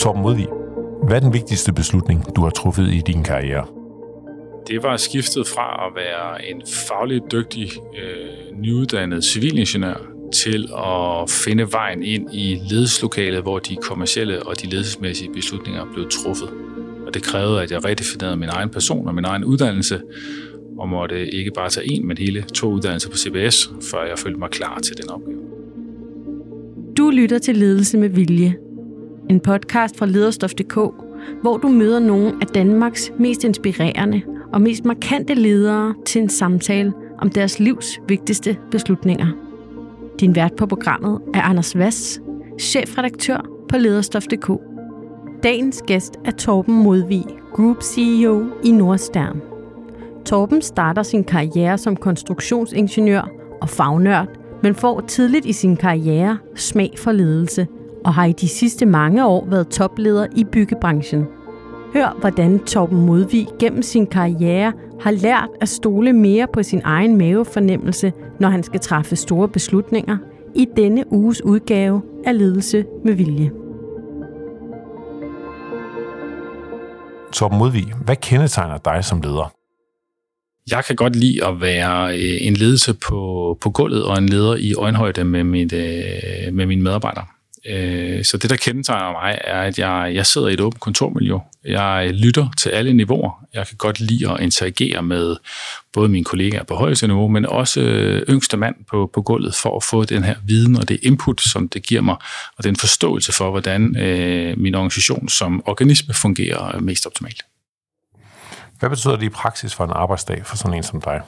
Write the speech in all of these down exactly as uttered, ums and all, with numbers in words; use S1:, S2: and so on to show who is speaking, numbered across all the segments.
S1: Torben Modvig, hvad er den vigtigste beslutning, du har truffet i din karriere?
S2: Det var skiftet fra at være en fagligt dygtig, øh, nyuddannet civilingeniør til at finde vejen ind i ledelseslokalet, hvor de kommercielle og de ledelsesmæssige beslutninger blev truffet. Og det krævede, at jeg redefinerede min egen person og min egen uddannelse, og måtte ikke bare tage en, men hele to uddannelser på C B S, før jeg følte mig klar til den opgave.
S3: Du lytter til Ledelse med Vilje, en podcast fra lederstof punktum d k, hvor du møder nogle af Danmarks mest inspirerende og mest markante ledere til en samtale om deres livs vigtigste beslutninger. Din vært på programmet er Anders Hvass, chefredaktør på lederstof punktum d k. Dagens gæst er Torben Modvig, Group C E O i Nordstern. Torben starter sin karriere som konstruktionsingeniør og fagnørd, men får tidligt i sin karriere smag for ledelse og har i de sidste mange år været topleder i byggebranchen. Hør, hvordan Torben Modvig gennem sin karriere har lært at stole mere på sin egen mavefornemmelse, når han skal træffe store beslutninger, i denne uges udgave af Ledelse med Vilje.
S1: Torben Modvig, hvad kendetegner dig som leder?
S2: Jeg kan godt lide at være en ledelse på, på gulvet og en leder i øjenhøjde med, mit, med mine medarbejdere. Så det, der kendetegner mig, er, at jeg, jeg sidder i et åbent kontormiljø. Jeg lytter til alle niveauer. Jeg kan godt lide at interagere med både mine kollegaer på højeste niveau, men også yngste mand på, på gulvet, for at få den her viden og det input, som det giver mig, og den forståelse for, hvordan øh, min organisation som organisme fungerer mest optimalt.
S1: Hvad betyder det i praksis for en arbejdsdag for sådan en som dig?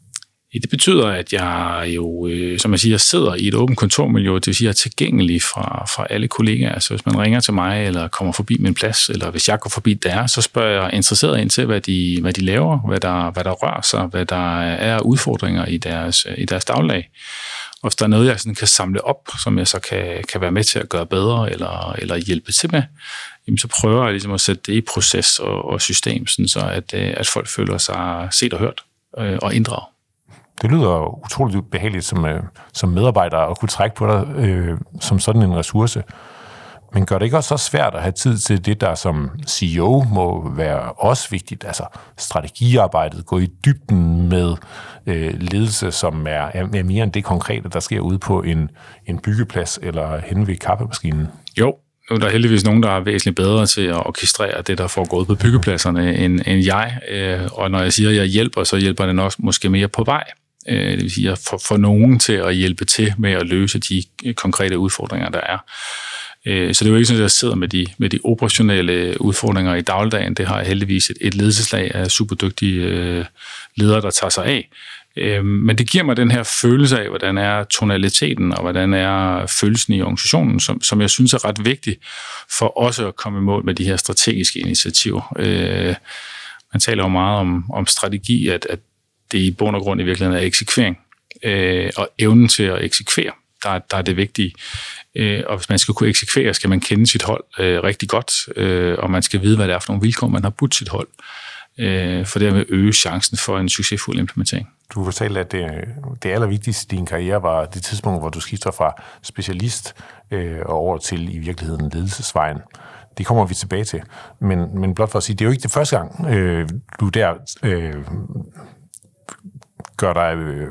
S2: Det betyder, at jeg jo, øh, som jeg siger, sidder i et åbent kontormiljø, det vil sige, at jeg er tilgængelig fra, fra alle kollegaer. Så hvis man ringer til mig, eller kommer forbi min plads, eller hvis jeg går forbi der, så spørger jeg interesseret ind til, hvad de, hvad de laver, hvad der, hvad der rører sig, hvad der er udfordringer i deres, i deres daglig. Og hvis der er noget, jeg sådan kan samle op, som jeg så kan, kan være med til at gøre bedre, eller, eller hjælpe til med, jamen så prøver jeg ligesom at sætte det i proces og, og system, sådan så at, at folk føler sig set og hørt øh, og inddraget.
S1: Det lyder utroligt behageligt som, øh, som medarbejder at kunne trække på dig øh, som sådan en ressource. Men gør det ikke også så svært at have tid til det, der som C E O må være også vigtigt, altså strategiarbejdet, gå i dybden med øh, ledelse, som er, er mere end det konkrete, der sker ude på en, en byggeplads eller hen ved kaffemaskinen?
S2: Jo. Nu er der heldigvis nogen, der er væsentligt bedre til at orkestrere det, der foregår på byggepladserne, end, end jeg. Og når jeg siger, at jeg hjælper, så hjælper det nok måske mere på vej. Det vil sige, at jeg får, får nogen til at hjælpe til med at løse de konkrete udfordringer, der er. Så det er jo ikke sådan, at jeg sidder med de, med de operationelle udfordringer i dagligdagen. Det har jeg heldigvis et, et ledelseslag af superdygtige ledere, der tager sig af. Men det giver mig den her følelse af, hvordan er tonaliteten, og hvordan er følelsen i organisationen, som, som jeg synes er ret vigtig for også at komme i mål med de her strategiske initiativer. Øh, man taler jo meget om, om strategi, at, at det i bund og grund i virkeligheden er eksekvering, øh, og evnen til at eksekvere, der, der er det vigtige. Øh, og hvis man skal kunne eksekvere, skal man kende sit hold øh, rigtig godt, øh, og man skal vide, hvad det er for nogle vilkår, man har budt sit hold, øh, for dermed øge chancen for en succesfuld implementering.
S1: Du fortalte, at det, det allervigtigste i din karriere var det tidspunkt, hvor du skifter fra specialist øh, og over til i virkeligheden ledelsesvejen. Det kommer vi tilbage til. Men, men blot for at sige, det er jo ikke det første gang, øh, du der øh, gør dig... Øh,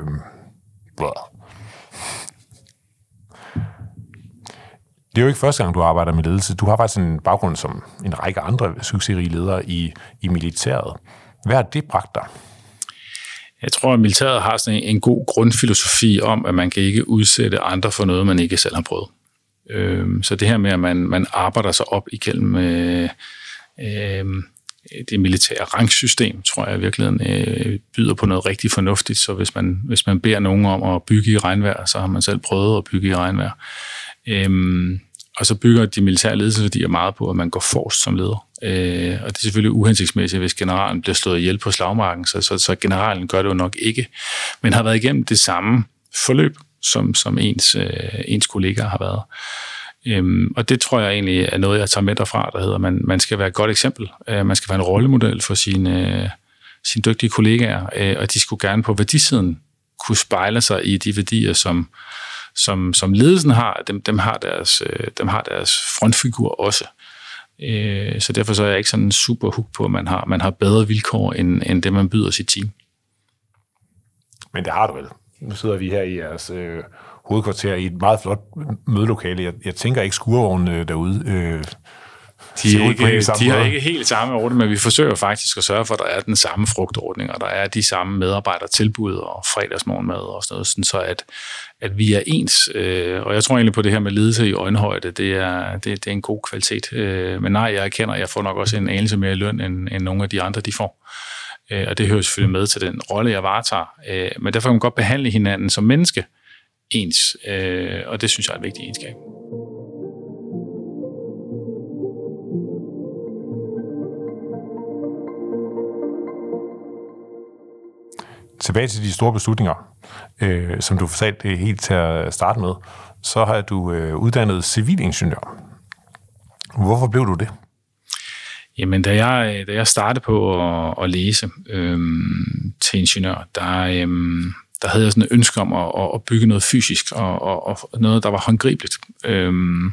S1: det er jo ikke første gang, du arbejder med ledelse. Du har faktisk en baggrund som en række andre succesrige ledere i, i militæret. Hvad har det bragt dig?
S2: Jeg tror, at militæret har sådan en god grundfilosofi om, at man kan ikke udsætte andre for noget, man ikke selv har prøvet. Så det her med, at man, man arbejder sig op igennem øh, øh, det militære rangsystem, tror jeg i virkeligheden øh, byder på noget rigtig fornuftigt. Så hvis man, hvis man beder nogen om at bygge i regnvejr, så har man selv prøvet at bygge i regnvejr. Øh, og så bygger de militære ledelsesværdier meget på, at man går forrest som leder. Øh, og det er selvfølgelig uhensigtsmæssigt, hvis generalen bliver slået ihjel på slagmarken, så, så, så generalen gør det jo nok ikke, men har været igennem det samme forløb, som, som ens, øh, ens kollegaer har været. Øhm, og det tror jeg egentlig er noget, jeg tager med derfra, der hedder, at man, man skal være et godt eksempel. Øh, man skal være en rollemodel for sine, øh, sine dygtige kollegaer, øh, og de skulle gerne på værdisiden kunne spejle sig i de værdier, som, som, som ledelsen har. Dem, dem, har deres, øh, dem har deres frontfigur også. Øh, så derfor så er jeg ikke sådan super hooked på, at man har, man har bedre vilkår, end, end det, man byder sit team.
S1: Men det har du vel. Nu sidder vi her i jeres øh, hovedkvarter i et meget flot mødelokale. Jeg, jeg tænker ikke skurvognene derude. Øh,
S2: de er ikke, de har ikke helt samme ordning, men vi forsøger faktisk at sørge for, at der er den samme frugtordning, og der er de samme medarbejdertilbud og fredagsmorgenmad og sådan noget, sådan så at, at vi er ens. Øh, og jeg tror egentlig på det her med ledelse i øjenhøjde, det er, det, det er en god kvalitet. Øh, men nej, jeg erkender, at jeg får nok også en anelse mere løn, end, end nogle af de andre, de får. Øh, og det hører selvfølgelig med til den rolle, jeg varetager. Øh, men derfor kan man godt behandle hinanden som menneske ens, øh, og det synes jeg er et vigtigt egenskab.
S1: Tilbage til de store beslutninger, øh, som du fortalte helt til at starte med, så har du øh, uddannet civilingeniør. Hvorfor blev du det?
S2: Jamen, da jeg, da jeg startede på at, at læse øh, til ingeniør, der, øh, der havde jeg sådan et ønske om at, at bygge noget fysisk, og, og, og noget, der var håndgribeligt. Øh,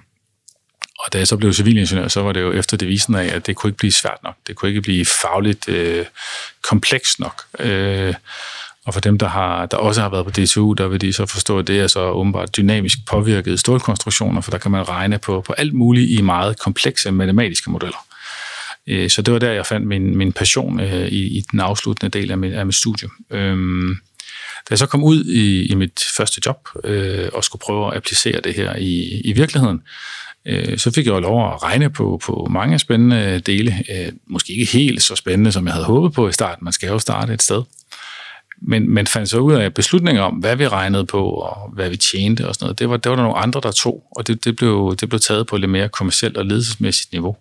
S2: og da jeg så blev civilingeniør, så var det jo efter devisen af, at det kunne ikke blive svært nok. Det kunne ikke blive fagligt øh, komplekst nok. Øh, og for dem, der, har, der også har været på D T U, der vil de så forstå, at det er så åbenbart dynamisk påvirkede stålkonstruktioner, for der kan man regne på, på alt muligt i meget komplekse matematiske modeller. Øh, så det var der, jeg fandt min, min passion øh, i, i den afsluttende del af mit, af mit studie. Øh, Da jeg så kom ud i, i mit første job øh, og skulle prøve at applicere det her i, i virkeligheden, øh, så fik jeg jo lov at regne på, på mange spændende dele. Øh, måske ikke helt så spændende, som jeg havde håbet på i starten. Man skal jo starte et sted. Men man fandt så ud af beslutninger om, hvad vi regnede på, og hvad vi tjente og sådan noget. Det var, det var der nogle andre, der tog, og det, det, blev, det blev taget på lidt mere kommercielt og ledelsesmæssigt niveau.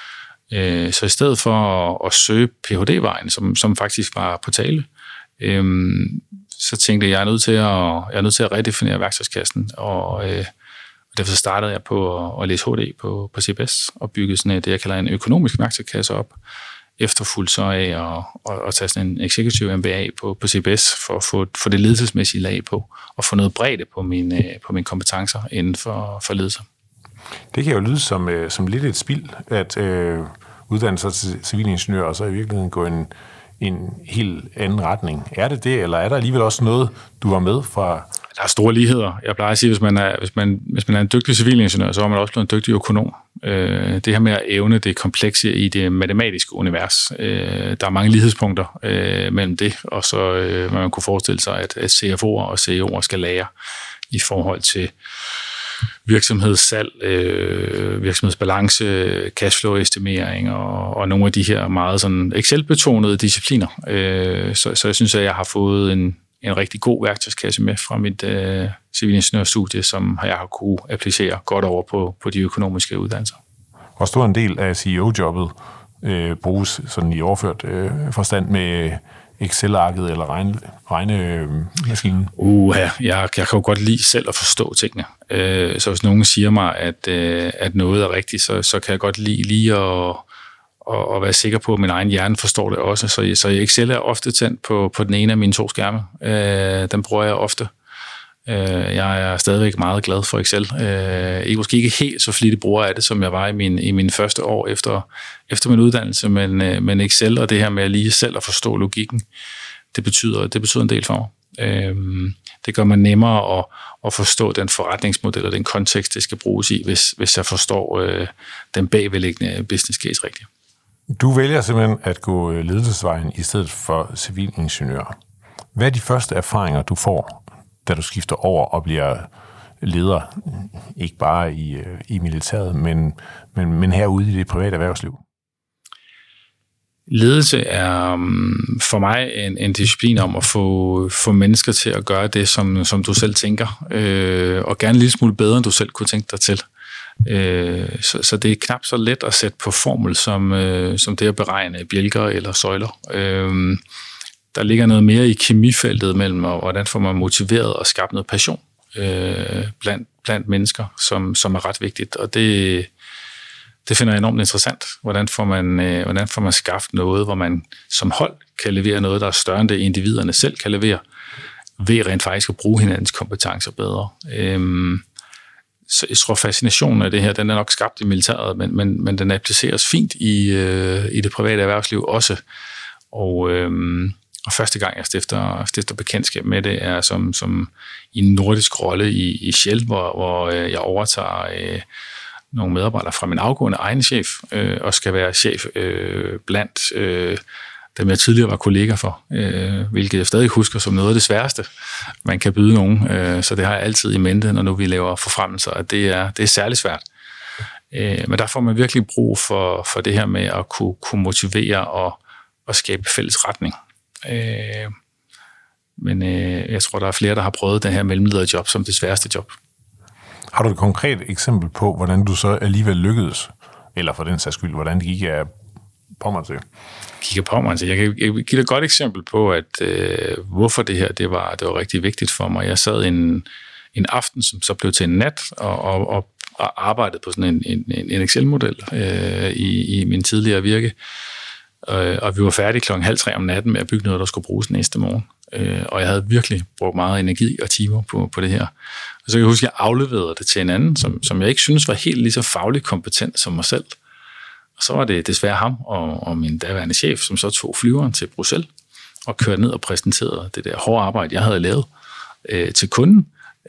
S2: Øh, så i stedet for at, at søge P H D-vejen, som, som faktisk var på tale, øh, så tænkte jeg, at jeg er nødt til at, jeg er nødt til at redefinere værktøjskassen, og, øh, og derfor startede jeg på at, at læse H D på, på C B S, og bygge sådan det, jeg kalder en økonomisk værktøjskasse op, efterfulgt så af at, at, at tage sådan en executive M B A på, på C B S, for at få, få det ledelsesmæssige lag på, og få noget bredde på mine, på mine kompetencer inden for, for ledelse.
S1: Det kan jo lyde som, som lidt et spild, at øh, uddanne sig til civilingeniør, og så i virkeligheden gå en en helt anden retning. Er det det, eller er der alligevel også noget, du var med fra?
S2: Der er store ligheder. Jeg plejer at sige, at hvis man er, hvis man, hvis man er en dygtig civilingeniør, så er man også blevet en dygtig økonom. Øh, det her med at evne det komplekse i det matematiske univers, øh, der er mange lighedspunkter øh, mellem det, og så øh, man kunne forestille sig, at, at C F O'er og C E O'er skal lære i forhold til virksomhedssalg, øh, virksomhedsbalance, cashflow-estimering og, og nogle af de her meget sådan Excel-betonede discipliner. Øh, så, så jeg synes, at jeg har fået en, en rigtig god værktøjskasse med fra mit øh, civilingeniørstudie, som jeg har kunne applicere godt over på, på de økonomiske uddannelser.
S1: Hvor stor en del af C E O-jobbet øh, bruges sådan i overført øh, forstand med Excel-arket eller regne, regnemaskinen?
S2: Uh, ja, jeg, jeg kan jo godt lide selv at forstå tingene. Øh, så hvis nogen siger mig, at, øh, at noget er rigtigt, så, så kan jeg godt lide lige at, at, at være sikker på, at min egen hjerne forstår det også. Så, så Excel er ofte tændt på, på den ene af mine to skærme. Øh, den bruger jeg ofte. Øh, jeg er stadigvæk meget glad for Excel. Øh, jeg er måske ikke helt så flittig bruger af det, som jeg var i min, i mine første år efter, efter min uddannelse, men, øh, men Excel og det her med lige selv at forstå logikken, det betyder, det betyder en del for mig. Øh, det gør mig nemmere at, at forstå den forretningsmodel og den kontekst, det skal bruges i, hvis, hvis jeg forstår øh, den bagvedliggende business case rigtigt.
S1: Du vælger simpelthen at gå ledelsesvejen i stedet for civilingeniør. Hvad er de første erfaringer, du får, da du skifter over og bliver leder, ikke bare i, i militæret, men, men, men herude i det private erhvervsliv?
S2: Ledelse er um, for mig en, en disciplin om at få, få mennesker til at gøre det, som, som du selv tænker, øh, og gerne en lille smule bedre, end du selv kunne tænke dig til. Øh, så, så det er knap så let at sætte på formel, som, øh, som det at beregne bjælker eller søjler. Øh, Der ligger noget mere i kemifeltet mellem, og hvordan får man motiveret og skabt noget passion øh, blandt, blandt mennesker, som, som er ret vigtigt. Og det, det finder jeg enormt interessant. Hvordan får man, øh, hvordan får man skabt noget, hvor man som hold kan levere noget, der er større end det individerne selv kan levere, ved rent faktisk at bruge hinandens kompetencer bedre. Øhm, så jeg tror, fascinationen af det her, den er nok skabt i militæret, men, men, men den appliceres fint i, øh, i det private erhvervsliv også. Og, øh, og første gang, jeg stifter, stifter bekendtskab med det, er som, som i en nordisk rolle i, i Shell, hvor, hvor jeg overtager øh, nogle medarbejdere fra min afgående egen chef, øh, og skal være chef øh, blandt øh, dem, jeg tidligere var kollega for, øh, hvilket jeg stadig husker som noget af det sværeste, man kan byde nogen. Øh, så det har jeg altid i mente, når nu vi laver forfremmelser, at det er, det er særlig svært. Øh, men der får man virkelig brug for, for det her med at kunne, kunne motivere og, og skabe fælles retning. Øh, men øh, jeg tror, der er flere, der har prøvet det her mellemlederjob som det sværeste job.
S1: Har du et konkret eksempel på, hvordan du så alligevel lykkedes? Eller for den sags skyld, hvordan det gik af Pommern til?
S2: Gik af Pommern til. Jeg kan give dig et godt eksempel på, at øh, hvorfor det her det var, det var rigtig vigtigt for mig. Jeg sad en, en aften, som så blev til en nat, og, og, og arbejdede på sådan en, en, en Excel-model øh, i, i min tidligere virke. Øh, og vi var færdige klokken halv tre om natten med at bygge noget, der skulle bruges næste morgen. Øh, og jeg havde virkelig brugt meget energi og timer på, på det her. Og så kan jeg huske, at jeg afleverede det til en anden, som, som jeg ikke synes var helt lige så fagligt kompetent som mig selv. Og så var det desværre ham og, og min daværende chef, som så tog flyveren til Bruxelles og kørte ned og præsenterede det der hårde arbejde, jeg havde lavet øh, til kunden.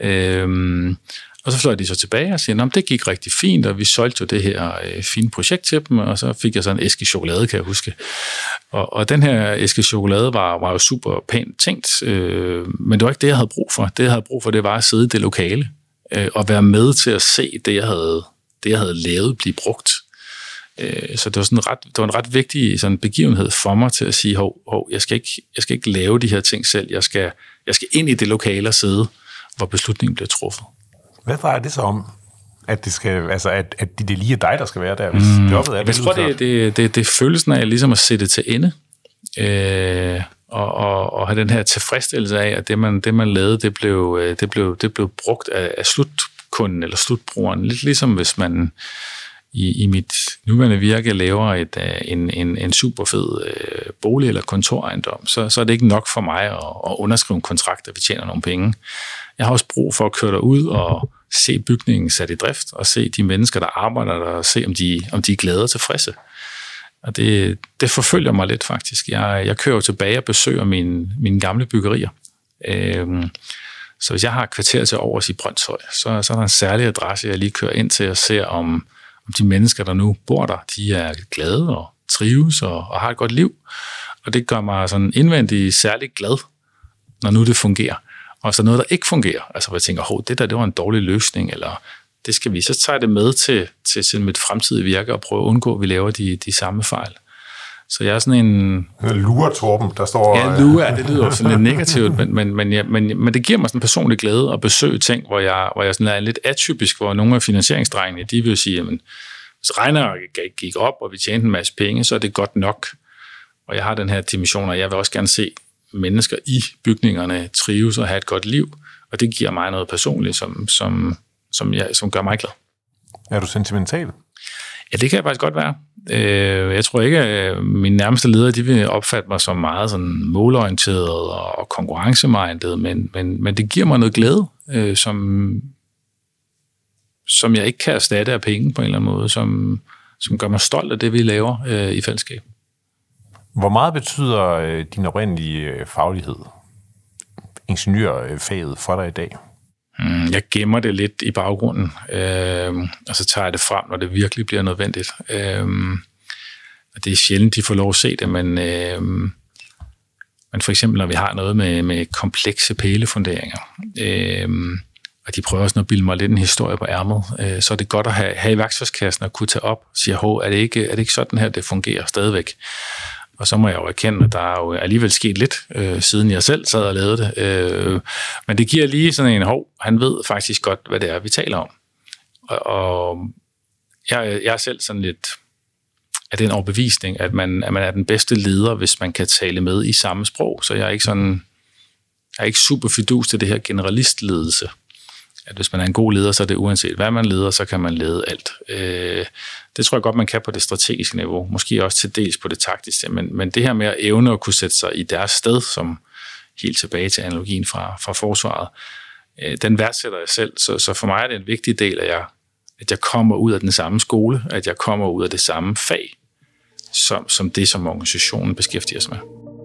S2: Øh, og så fløj de så tilbage og siger, at det gik rigtig fint, og vi solgte jo det her øh, fine projekt til dem, og så fik jeg så en æske chokolade, kan jeg huske. Og, og den her æske chokolade var, var jo super pænt tænkt, øh, men det var ikke det, jeg havde brug for. Det, jeg havde brug for, det var at sidde i det lokale øh, og være med til at se det, jeg havde, det, jeg havde lavet, blive brugt. Øh, så det var, sådan ret, det var en ret vigtig sådan begivenhed for mig til at sige, hov, hov jeg, skal ikke, jeg skal ikke lave de her ting selv. Jeg skal, jeg skal ind i det lokale og sidde, hvor beslutningen bliver truffet.
S1: Hvad drejer det så om? At det, skal, altså, at, at det lige er dig, der skal være der, hvis
S2: mm.
S1: jobbet er
S2: jeg tror, det, det, det, det er følelsen af ligesom at sætte til ende, øh, og, og, og have den her tilfredsstillelse af, at det, man, det, man lavede, det blev, det blev, det blev brugt af, af slutkunden eller slutbrugeren. Lidt ligesom hvis man i, i mit nuværende virke laver et, en, en, en super fed øh, bolig- eller kontorejendom, så, så er det ikke nok for mig at, at underskrive en kontrakt, at vi tjener nogle penge. Jeg har også brug for at køre derud og se bygningen sat i drift, og se de mennesker, der arbejder der, og se, om de, om de er glade og tilfredse. Og det, det forfølger mig lidt, faktisk. Jeg, jeg kører jo tilbage og besøger mine, mine gamle byggerier. Øhm, så hvis jeg har et kvarter til overs i Brønshøj, så, så er der en særlig adresse, jeg lige kører ind til og ser, om, om de mennesker, der nu bor der, de er glade og trives og, og har et godt liv. Og det gør mig sådan indvendigt særlig glad, når nu det fungerer. Og så noget, der ikke fungerer, altså hvor jeg tænker, hov, det der, det var en dårlig løsning, eller det skal vi, så tager det med til, til, til mit fremtidige virke og prøve at undgå, at vi laver de, de samme fejl. Så jeg er sådan en...
S1: Lure Torben, der står...
S2: Ja, lure, ja, det lyder jo sådan lidt negativt, men, men, men, ja, men, men det giver mig sådan en personlig glæde at besøge ting, hvor jeg, hvor jeg sådan er lidt atypisk, hvor nogle af finansieringsdrengene, de vil sige, jamen, hvis regnearket gik op, og vi tjente en masse penge, så er det godt nok. Og jeg har den her dimension, og jeg vil også gerne se mennesker i bygningerne trives og have et godt liv, og det giver mig noget personligt, som, som, som, jeg, som gør mig glad.
S1: Er du sentimental?
S2: Ja, det kan jeg faktisk godt være. Jeg tror ikke, at mine nærmeste ledere, de vil opfatte mig som meget sådan målorienteret og konkurrencemindet, men, men, men det giver mig noget glæde, som, som jeg ikke kan erstatte af penge på en eller anden måde, som, som gør mig stolt af det, vi laver i fællesskab.
S1: Hvor meget betyder din oprindelige faglighed, ingeniørfaget, for dig i dag?
S2: Jeg gemmer det lidt i baggrunden, øh, og så tager jeg det frem, når det virkelig bliver nødvendigt. Øh, og det er sjældent, de får lov at se det, men, øh, men for eksempel, når vi har noget med, med komplekse pælefunderinger, øh, og de prøver sådan at bilde mig lidt en historie på ærmet, øh, så er det godt at have, have i værktøjskassen og kunne tage op og sige, hov, er det ikke, er det ikke sådan her, det fungerer stadigvæk? Og så må jeg jo erkende, at der er jo alligevel sket lidt, øh, siden jeg selv sad og lavede det. Øh, men det giver lige sådan en hov. Han ved faktisk godt, hvad det er, vi taler om. Og, og jeg, jeg er selv sådan lidt af den overbevisning, at man, at man er den bedste leder, hvis man kan tale med i samme sprog. Så jeg er ikke sådan, jeg er ikke super fidus til det her generalistledelse. At hvis man er en god leder, så er det uanset hvad man leder, så kan man lede alt. Øh, det tror jeg godt, man kan på det strategiske niveau. Måske også til dels på det taktiske. Men, men det her med at evne at kunne sætte sig i deres sted, som helt tilbage til analogien fra, fra forsvaret, øh, den værdsætter jeg selv. Så, så for mig er det en vigtig del, at jeg, at jeg kommer ud af den samme skole, at jeg kommer ud af det samme fag, som, som det, som organisationen beskæftiger sig med.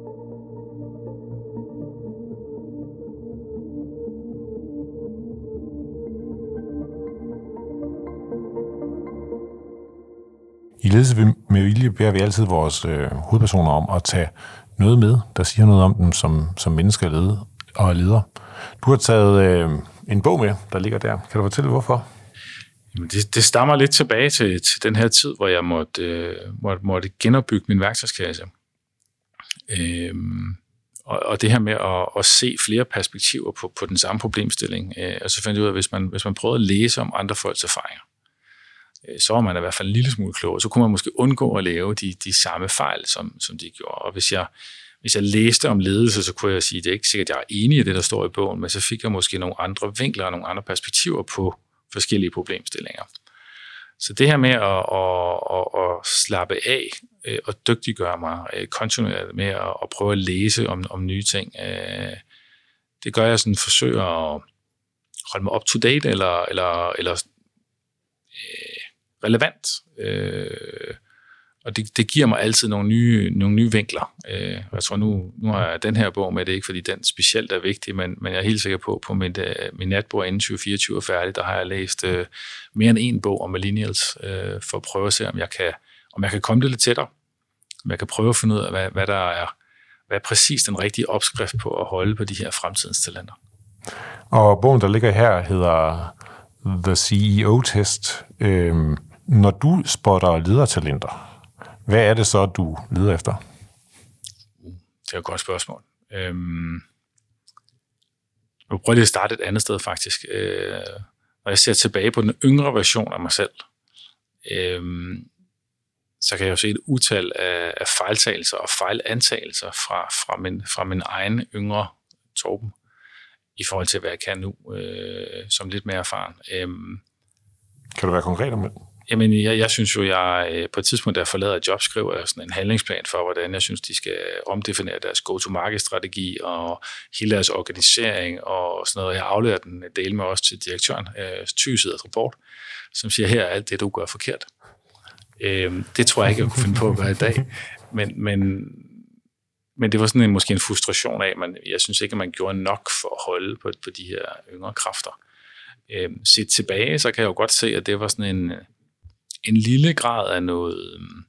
S1: I Ledelse med Vilje beder vi altid vores øh, hovedpersoner om at tage noget med, der siger noget om dem som, som mennesker lede og leder. Du har taget øh, en bog med, der ligger der. Kan du fortælle, hvorfor?
S2: Jamen det, det stammer lidt tilbage til, til den her tid, hvor jeg måtte, øh, måtte, måtte genopbygge min værktøjskasse. Øhm, og, og det her med at, at se flere perspektiver på, på den samme problemstilling. Øh, og så fandt jeg ud af, at hvis man, hvis man prøvede at læse om andre folks erfaringer, så var man i hvert fald en lille smule klogere. Så kunne man måske undgå at lave de, de samme fejl, som, som de gjorde. Og hvis jeg, hvis jeg læste om ledelse, så kunne jeg sige, at det er ikke sikkert, at jeg er enig i det, der står i bogen, men så fik jeg måske nogle andre vinkler og nogle andre perspektiver på forskellige problemstillinger. Så det her med at, at, at, at slappe af og dygtiggøre mig kontinuerligt med at, at prøve at læse om, om nye ting, det gør jeg sådan forsøger at holde mig up to date eller, eller, eller relevant, øh, og det, det giver mig altid nogle nye, nogle nye vinkler. Øh, jeg tror, nu, nu har jeg den her bog med, det er ikke fordi den specielt er vigtig, men, men jeg er helt sikker på, på mit, uh, min natbord inden tyve fireogtyve er færdig, der har jeg læst uh, mere end en bog om millennials, uh, for at prøve at se, om jeg kan, om jeg kan komme det lidt tættere, om jeg kan prøve at finde ud af, hvad, hvad der er, hvad er præcis den rigtige opskrift på at holde på de her fremtidens talenter.
S1: Og bogen, der ligger her, hedder The C E O-test. Øhm, når du spotter ledertalenter, hvad er det så, du leder efter?
S2: Det er et godt spørgsmål. Øhm, jeg prøver lige at starte et andet sted, faktisk. Øh, når jeg ser tilbage på den yngre version af mig selv, øhm, så kan jeg jo se et utal af, af fejltagelser og fejlantagelser fra, fra, min, fra min egen yngre Torben, i forhold til, hvad jeg kan nu, øh, som lidt mere erfaren. Øhm,
S1: kan du være konkret om det?
S2: Jamen, jeg, jeg synes jo, jeg på et tidspunkt, da jeg forlader et job, skriver jeg sådan en handlingsplan for, hvordan jeg synes, de skal omdefinere deres go-to-market-strategi og hele deres organisering og sådan noget. Jeg afleverer den del med også til direktøren, øh, tyve siders rapport, som siger, her er alt det, du gør forkert. Øhm, det tror jeg ikke, jeg kunne finde på at gøre i dag. Men, men, men det var sådan en, måske en frustration af, men jeg synes ikke, at man gjorde nok for at holde på, på de her yngre kræfter. Øhm, set tilbage, så kan jeg jo godt se, at det var sådan en, en lille grad af noget um,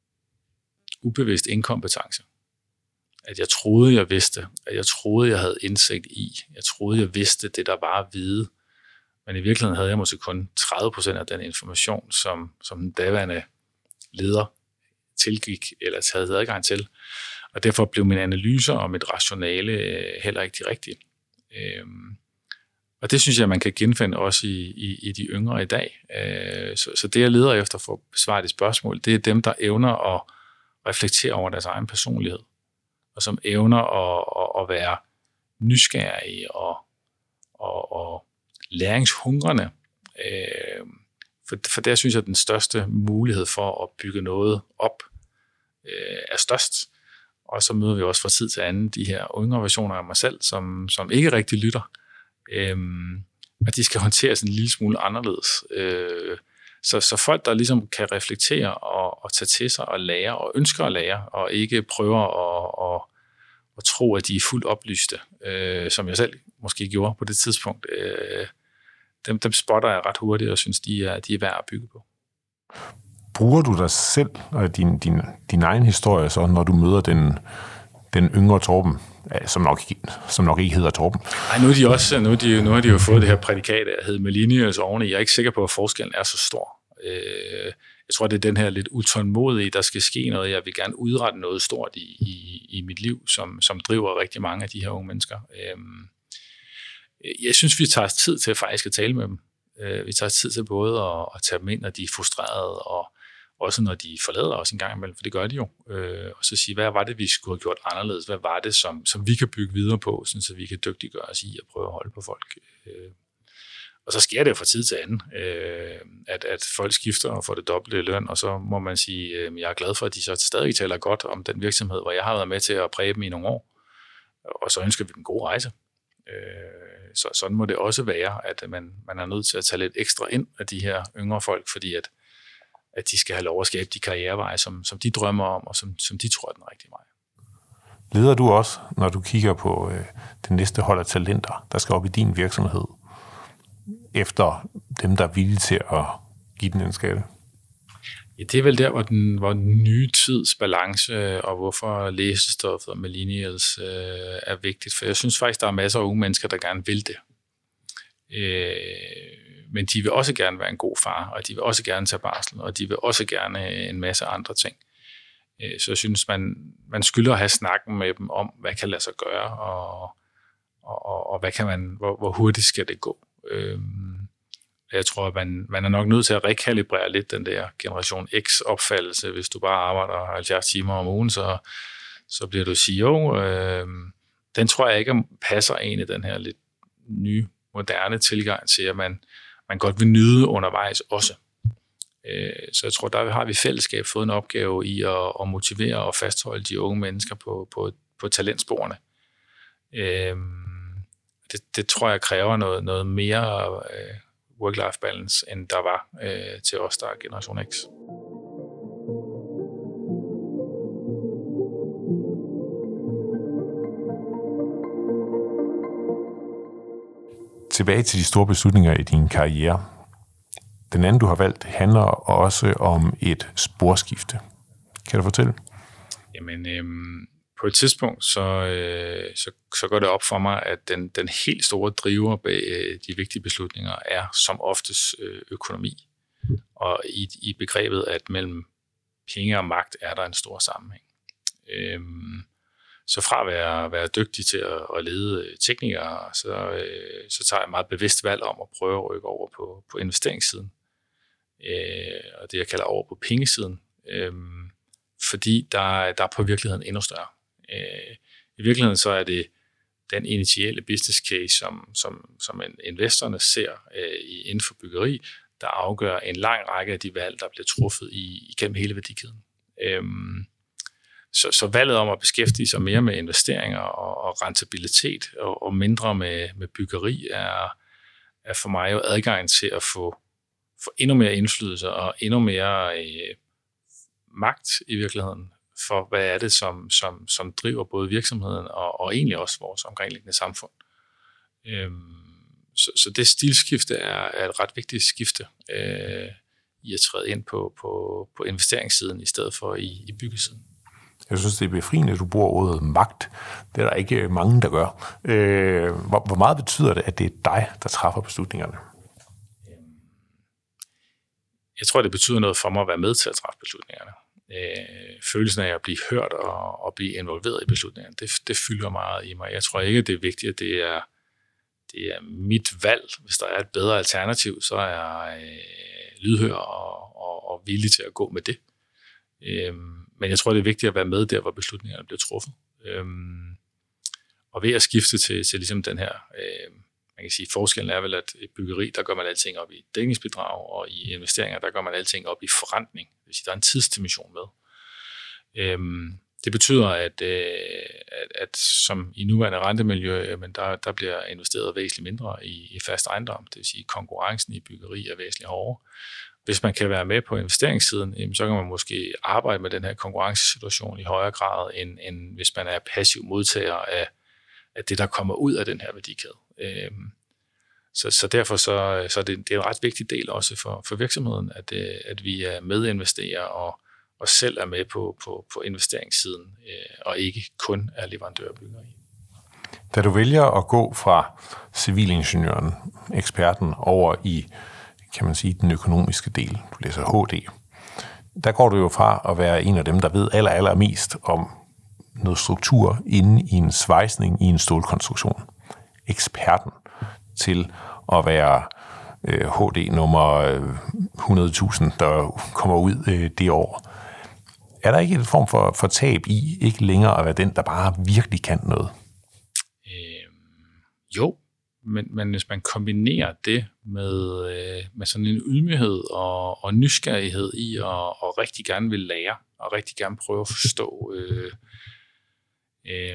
S2: ubevidst inkompetence. At jeg troede, jeg vidste. At jeg troede, jeg havde indsigt i. Jeg troede, jeg vidste det, der var at vide. Men i virkeligheden havde jeg måske kun tredive procent af den information, som, som den daværende leder tilgik eller havde adgang til. Og derfor blev mine analyser og mit rationale heller ikke de rigtige. Øhm, og det synes jeg, man kan genfinde også i, i, i de yngre i dag. Øh, så, så det, jeg leder efter for at besvare de spørgsmål, det er dem, der evner at reflektere over deres egen personlighed, og som evner at, at, at være nysgerrige og, og, og læringshungrende. Øh, for, for der synes jeg, at den største mulighed for at bygge noget op øh, er størst. Og så møder vi også fra tid til anden de her yngre versioner af mig selv, som, som ikke rigtig lytter. Øhm, at de skal håndteres en lille smule anderledes. Øh, så, så folk, der ligesom kan reflektere og, og tage til sig og lære og ønsker at lære, og ikke prøver at, at, at tro, at de er fuldt oplyste, øh, som jeg selv måske gjorde på det tidspunkt, øh, dem, dem spotter jeg ret hurtigt og synes, de er, de er værd at bygge på.
S1: Bruger du dig selv og din, din, din egen historie, så når du møder den, den yngre Torben, som nok, som nok ikke hedder Torben?
S2: Nej, nu, er de også, nu, er de, nu har de jo fået det her prædikat af at hedde millennials oveni. Jeg er ikke sikker på, at forskellen er så stor. Jeg tror, det er den her lidt utålmodige, der skal ske noget. Jeg vil gerne udrette noget stort i, i, i mit liv, som, som driver rigtig mange af de her unge mennesker. Jeg synes, vi tager os tid til faktisk at tale med dem. Vi tager os tid til både at, at tage dem ind, når de er frustrerede, og også når de forlader os en gang imellem, for det gør de jo. Og så sige, hvad var det, vi skulle have gjort anderledes? Hvad var det, som, som vi kan bygge videre på, så vi kan dygtiggøre os i at prøve at holde på folk? Og så sker det jo fra tid til anden, at, at folk skifter og får det dobbelte løn, og så må man sige, at jeg er glad for, at de så stadig taler godt om den virksomhed, hvor jeg har været med til at præge dem i nogle år, og så ønsker vi dem en god rejse. Øh, så sådan må det også være, at man, man er nødt til at tage lidt ekstra ind af de her yngre folk, fordi at, at de skal have lov at skabe de karriereveje, som, som de drømmer om, og som, som de tror er den rigtige vej.
S1: Leder du også, når du kigger på øh, det næste hold af talenter, der skal op i din virksomhed, efter dem, der er villige til at give den en skalle?
S2: Ja, det er vel der, hvor den, hvor den nye tids balance, og hvorfor læsestoffet og millennials øh, er vigtigt. For jeg synes faktisk, der er masser af unge mennesker, der gerne vil det. Øh, men de vil også gerne være en god far, og de vil også gerne tage barsel, og de vil også gerne en masse andre ting. Øh, så jeg synes, man, man skylder at have snakken med dem om, hvad kan lade sig gøre, og, og, og, og hvad kan man, hvor, hvor hurtigt skal det gå. Øh, Jeg tror, at man, man er nok nødt til at rekalibrere lidt den der Generation X-opfattelse. Hvis du bare arbejder halvfjerds timer om ugen, så, så bliver du C E O. Øh, den tror jeg ikke passer ind i den her lidt nye, moderne tilgang til, at man, man godt vil nyde undervejs også. Øh, så jeg tror, der har vi i fællesskab fået en opgave i at, at motivere og fastholde de unge mennesker på, på, på talentsporene. Øh, det, det tror jeg kræver noget, noget mere øh, work-life balance, end der var øh, til os, der er Generation X.
S1: Tilbage til de store beslutninger i din karriere. Den anden, du har valgt, handler også om et sporskifte. Kan du fortælle?
S2: Jamen, øhm, på et tidspunkt, så, øh, så, så går det op for mig, at den, den helt store driver bag øh, de vigtige beslutninger er som oftest øh, økonomi. Og i, i begrebet, at mellem penge og magt er der en stor sammenhæng. Øhm, så fra at være, være dygtig til at, at lede teknikere, så, øh, så tager jeg et meget bevidst valg om at prøve at rykke over på, på investeringssiden. Øh, og det, jeg kalder over på pengesiden. Øh, fordi der, der er på virkeligheden endnu større. Øh, I virkeligheden så er det den initielle business case, som, som, som investorerne ser øh, inden for byggeri, der afgør en lang række af de valg, der bliver truffet i, igennem hele værdikæden. Øh, så, så valget om at beskæftige sig mere med investeringer og, og rentabilitet og, og mindre med, med byggeri er, er for mig jo adgang til at få, få endnu mere indflydelse og endnu mere øh, magt i virkeligheden for, hvad er det, som, som, som driver både virksomheden og, og egentlig også vores omkringliggende samfund. Øhm, så, så det stilskifte er, er et ret vigtigt skifte øh, i at træde ind på, på, på investeringssiden i stedet for i, i byggesiden.
S1: Jeg synes, det er befriende, at du bruger ordet magt. Det er der ikke mange, der gør. Øh, hvor, hvor meget betyder det, at det er dig, der træffer beslutningerne?
S2: Jeg tror, det betyder noget for mig at være med til at træffe beslutningerne. Øh, følelsen af at blive hørt og, og blive involveret i beslutningerne, det, det fylder meget i mig. Jeg tror ikke, det er vigtigt, at det er, det er mit valg. Hvis der er et bedre alternativ, så er jeg øh, lydhør og, og, og villig til at gå med det. Øh, men jeg tror, det er vigtigt at være med der, hvor beslutningerne bliver truffet. Øh, og ved at skifte til, til ligesom den her... Øh, Man kan sige, forskellen er vel, at i byggeri, der gør man alting op i dækningsbidrag, og i investeringer, der gør man alting op i forrentning. Det vil sige, der er en tidsdimension med. Øhm, det betyder, at, øh, at, at som i nuværende rentemiljø, men der, der bliver investeret væsentligt mindre i, i fast ejendom. Det vil sige, konkurrencen i byggeri er væsentligt hårdere. Hvis man kan være med på investeringssiden, jamen, så kan man måske arbejde med den her konkurrencesituation i højere grad, end, end hvis man er passiv modtager af, af det, der kommer ud af den her værdikæde. Så, så derfor så, så er det, det er en ret vigtig del også for, for virksomheden, at, at vi er medinvesterer og, og selv er med på, på, på investeringssiden, og ikke kun er leverandørbyggeri.
S1: Da du vælger at gå fra civilingeniøren, eksperten, over i, kan man sige, den økonomiske del, du læser H D, der går du jo fra at være en af dem, der ved aller, aller mest om noget struktur inde i en svejsning i en stålkonstruktion. Eksperten til at være øh, H D nummer hundrede tusind, der kommer ud øh, det år. Er der ikke en form for, for tab i ikke længere at være den, der bare virkelig kan noget?
S2: Øhm, jo, men, men hvis man kombinerer det med, øh, med sådan en ydmyghed og, og nysgerrighed i at og rigtig gerne vil lære, og rigtig gerne prøve at forstå, øh, øh,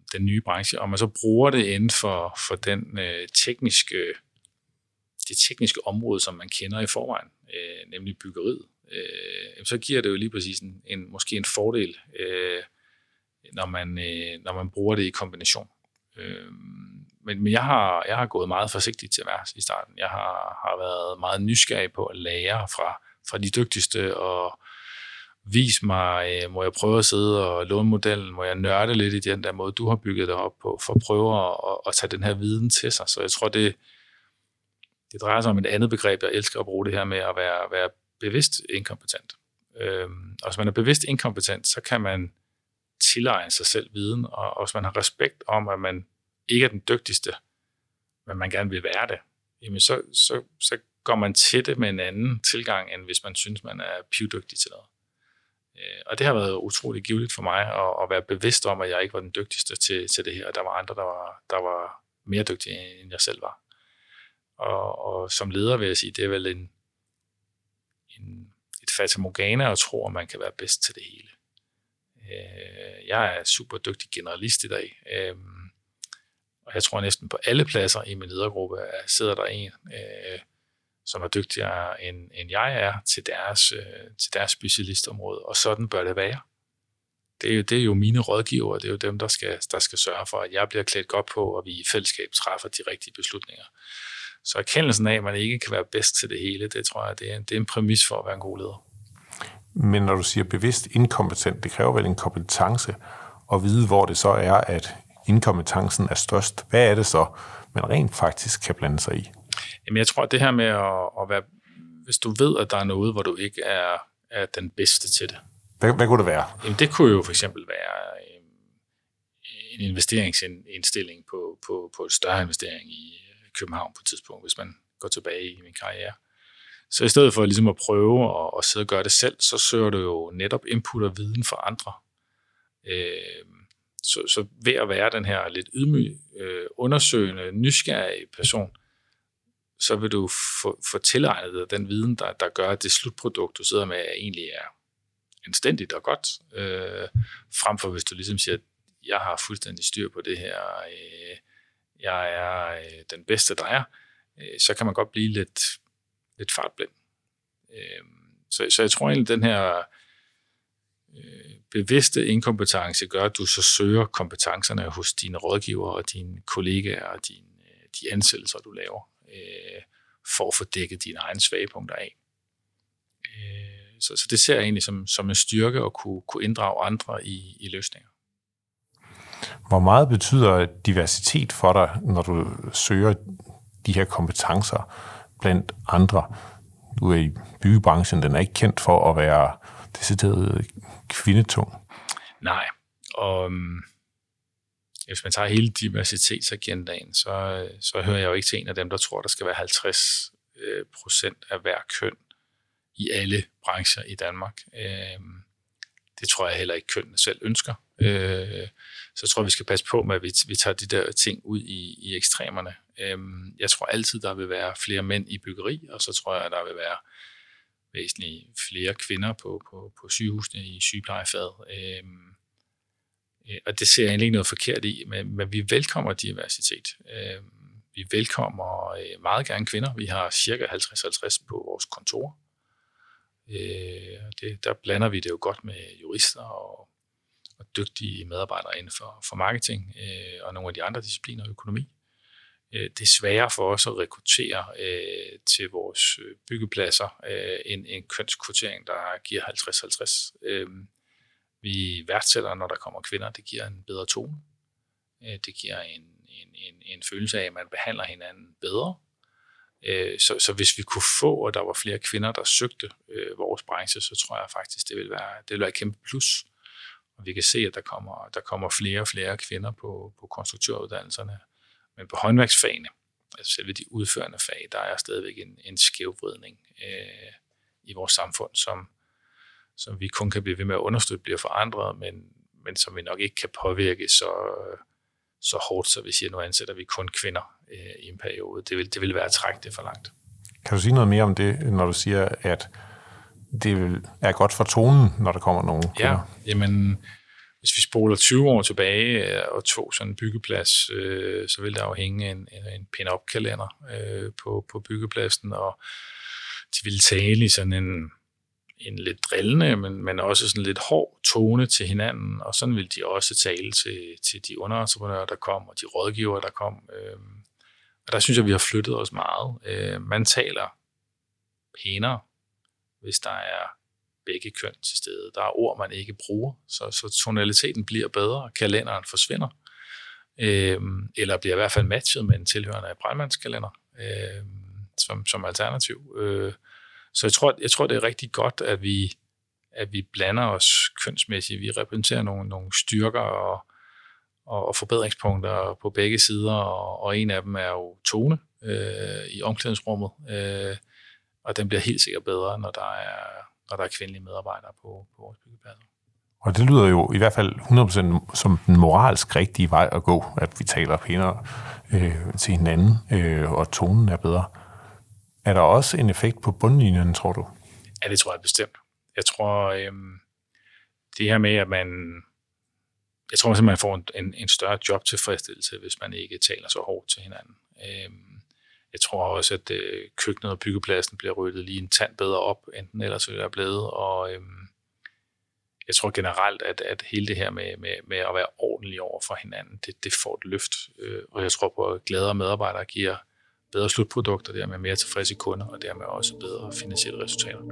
S2: den nye branche, og man så bruger det inden for, for den øh, tekniske, det tekniske område, som man kender i forvejen, øh, nemlig byggeriet, øh, så giver det jo lige præcis en, en måske en fordel, øh, når, man, øh, når man bruger det i kombination. Øh, men men jeg, har, jeg har gået meget forsigtigt til værks i starten. Jeg har, har været meget nysgerrig på at lære fra, fra de dygtigste, og vis mig, øh, må jeg prøve at sidde og låne modellen, må jeg nørde lidt i den der måde, du har bygget det op på, for at prøve at, at, at tage den her viden til sig. Så jeg tror, det, det drejer sig om et andet begreb. Jeg elsker at bruge det her med at være, være bevidst inkompetent. Øhm, og hvis man er bevidst inkompetent, så kan man tilegne sig selv viden, og, og hvis man har respekt om, at man ikke er den dygtigste, men man gerne vil være det, jamen så, så, så går man til det med en anden tilgang, end hvis man synes, man er pivdygtig til noget. Og det har været utroligt givetigt for mig at, at være bevidst om, at jeg ikke var den dygtigste til, til det her, og der var andre, der var, der var mere dygtige, end jeg selv var. Og, og som leder vil jeg sige, det er vel en, en, et fatamorgana at tro, at man kan være bedst til det hele. Jeg er super dygtig generalist i dag, og jeg tror næsten på alle pladser i min ledergruppe sidder der en, som er dygtigere end, end jeg er til deres, øh, til deres specialistområde, og sådan bør det være. Det er, jo, det er jo mine rådgivere, det er jo dem, der skal, der skal sørge for, at jeg bliver klædt godt på, og vi i fællesskab træffer de rigtige beslutninger. Så erkendelsen af, at man ikke kan være bedst til det hele, det tror jeg, det er, det er en præmis for at være en god leder.
S1: Men når du siger bevidst inkompetent, det kræver vel en kompetence at vide, hvor det så er, at inkompetencen er størst. Hvad er det så, man rent faktisk kan blande sig i?
S2: Jamen, jeg tror, at det her med at, at være, hvis du ved, at der er noget, hvor du ikke er, er den bedste til det.
S1: Hvad, hvad kunne det være?
S2: Jamen, det kunne jo for eksempel være en investeringsindstilling på, på, på en større investering i København på et tidspunkt, hvis man går tilbage i min karriere. Så i stedet for ligesom at prøve at, at sidde og gøre det selv, så søger du jo netop input og viden fra andre. Øh, så, så ved at være den her lidt ydmyg, øh, undersøgende, nysgerrige person, så vil du få, få tilegnet dig den viden, der, der gør, at det slutprodukt, du sidder med, egentlig er anstændigt og godt, øh, frem for hvis du ligesom siger, at jeg har fuldstændig styr på det her, øh, jeg er øh, den bedste, der er, øh, så kan man godt blive lidt, lidt fartblind. Øh, så, så jeg tror egentlig, den her øh, bevidste inkompetence gør, at du så søger kompetencerne hos dine rådgivere og dine kollegaer og dine, de ansættelser, du laver, for at få dækket dine egne svage punkter af. Så, så det ser jeg egentlig som, som en styrke at kunne, kunne inddrage andre i, i løsninger.
S1: Hvor meget betyder diversitet for dig, når du søger de her kompetencer blandt andre? Du er i byggebranchen, den er ikke kendt for at være decideret kvindetung. Nej,
S2: og hvis man tager hele diversitetsagendaen, så, så hører jeg jo ikke til en af dem, der tror, der skal være halvtreds procent af hver køn i alle brancher i Danmark. Det tror jeg heller ikke kønnene selv ønsker. Så jeg tror, vi skal passe på med, at vi, vi tager de der ting ud i, i ekstremerne. Jeg tror altid, der vil være flere mænd i byggeri, og så tror jeg, der vil være væsentligt flere kvinder på, på, på sygehusene i sygeplejefaget. Og det ser jeg egentlig ikke noget forkert i, men, men vi velkommer diversitet. Øh, vi velkommer øh, meget gerne kvinder. Vi har cirka halvtreds halvtreds på vores kontor. Øh, det, der blander vi det jo godt med jurister og, og dygtige medarbejdere inden for, for marketing øh, og nogle af de andre discipliner og økonomi. Øh, det er sværere for os at rekruttere øh, til vores byggepladser øh, en, en kønskvotering, der giver halvtreds halvtreds. Øh, Vi værdsætter, når der kommer kvinder. Det giver en bedre tone. Det giver en, en, en, en følelse af, at man behandler hinanden bedre. Så, så hvis vi kunne få, og der var flere kvinder, der søgte vores branche, så tror jeg faktisk, det vil være, det vil være et kæmpe plus. Og vi kan se, at der kommer, der kommer flere og flere kvinder på, på konstruktøruddannelserne. Men på håndværksfagene, altså selve de udførende fag, der er stadigvæk en, en skævvridning øh, i vores samfund, som som vi kun kan blive ved med at understøtte, bliver forandret, men, men som vi nok ikke kan påvirke så, så hårdt, så vi siger, nu ansætter vi kun kvinder øh, i en periode. Det vil, det vil være at trække det for langt.
S1: Kan du sige noget mere om det, når du siger, at det er godt for tonen, når der kommer nogle kvinder?
S2: Ja, jamen, hvis vi spoler tyve år tilbage og tog sådan en byggeplads, øh, så ville der jo hænge en, en, en pin-up-kalender øh, på, på byggepladsen, og de ville tale i sådan en, en lidt drillende, men, men også sådan lidt hård tone til hinanden, og sådan ville de også tale til, til de underentreprenører, der kom, og de rådgivere, der kom. Øh, og der synes jeg, vi har flyttet os meget. Øh, man taler pænere, hvis der er begge køn til stede. Der er ord, man ikke bruger, så, så tonaliteten bliver bedre, kalenderen forsvinder, øh, eller bliver i hvert fald matchet med en tilhørende brandmandskalender, øh, som, som alternativ. Øh, så jeg tror, jeg tror, det er rigtig godt, at vi, at vi blander os kønsmæssigt. Vi repræsenterer nogle, nogle styrker og, og, og forbedringspunkter på begge sider, og, og en af dem er jo tone øh, i omklædningsrummet, øh, og den bliver helt sikkert bedre, når der er når der er kvindelige medarbejdere på, på vores byggepladser.
S1: Og det lyder jo i hvert fald hundrede procent som den moralsk rigtige vej at gå, at vi taler pænere øh, til hinanden, øh, og tonen er bedre. Er der også en effekt på bundlinjen, tror du?
S2: Ja, det tror jeg bestemt. Jeg tror, øh, det her med, at man... Jeg tror simpelthen, man får en, en, en større jobtilfredsstillelse, hvis man ikke taler så hårdt til hinanden. Øh, Jeg tror også, at øh, køkkenet og byggepladsen bliver ryddet lige en tand bedre op, enten ellers ville være blevet. Og øhm, jeg tror generelt, at, at hele det her med, med, med at være ordentlig over for hinanden, det, det får et løft. Øh, og jeg tror på, at gladere medarbejdere giver bedre slutprodukter, dermed mere tilfredse kunder, og dermed også bedre finansielle resultater.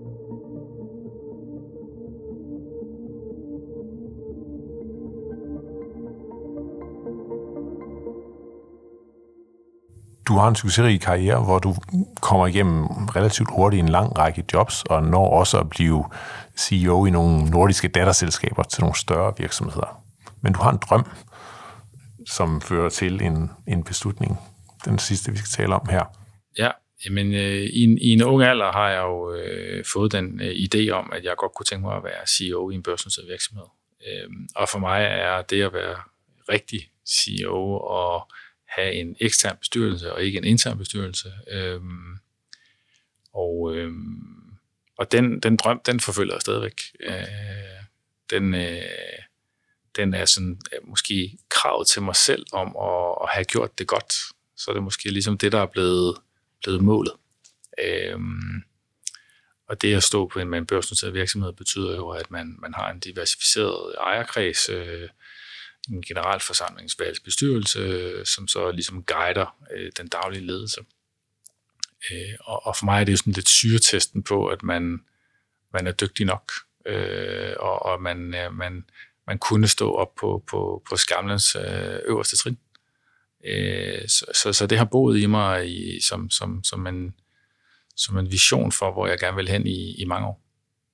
S1: Du har en succesrig karriere, hvor du kommer igennem relativt hurtigt en lang række jobs, og når også at blive C E O i nogle nordiske datterselskaber til nogle større virksomheder. Men du har en drøm, som fører til en, en beslutning. Den sidste, vi skal tale om her.
S2: Ja, men øh, i, en, i en ung alder har jeg jo øh, fået den øh, idé om, at jeg godt kunne tænke mig at være C E O i en børsnoteret virksomhed. Øh, og for mig er det at være rigtig C E O og have en ekstern bestyrelse og ikke en intern bestyrelse. Øhm, og øhm, og den, den drøm, den forfølger jeg stadigvæk. Øh, den, øh, den er sådan øh, måske kravet til mig selv om at, at have gjort det godt. Så er det måske ligesom det, der er blevet, blevet målet. Øhm, og det at stå på en, med en børsnoteret virksomhed betyder jo, at man, man har en diversificeret ejerkreds, øh, en generalforsamlingsvalgs bestyrelse, som så ligesom guider øh, den daglige ledelse. Øh, og, og for mig er det jo sådan lidt syretesten på, at man, man er dygtig nok, øh, og, og man, øh, man, man kunne stå op på, på, på skamlens øh, øverste trin. Øh, så, så, så det har boet i mig i, som, som, som, en, som en vision for, hvor jeg gerne vil hen i, i mange år.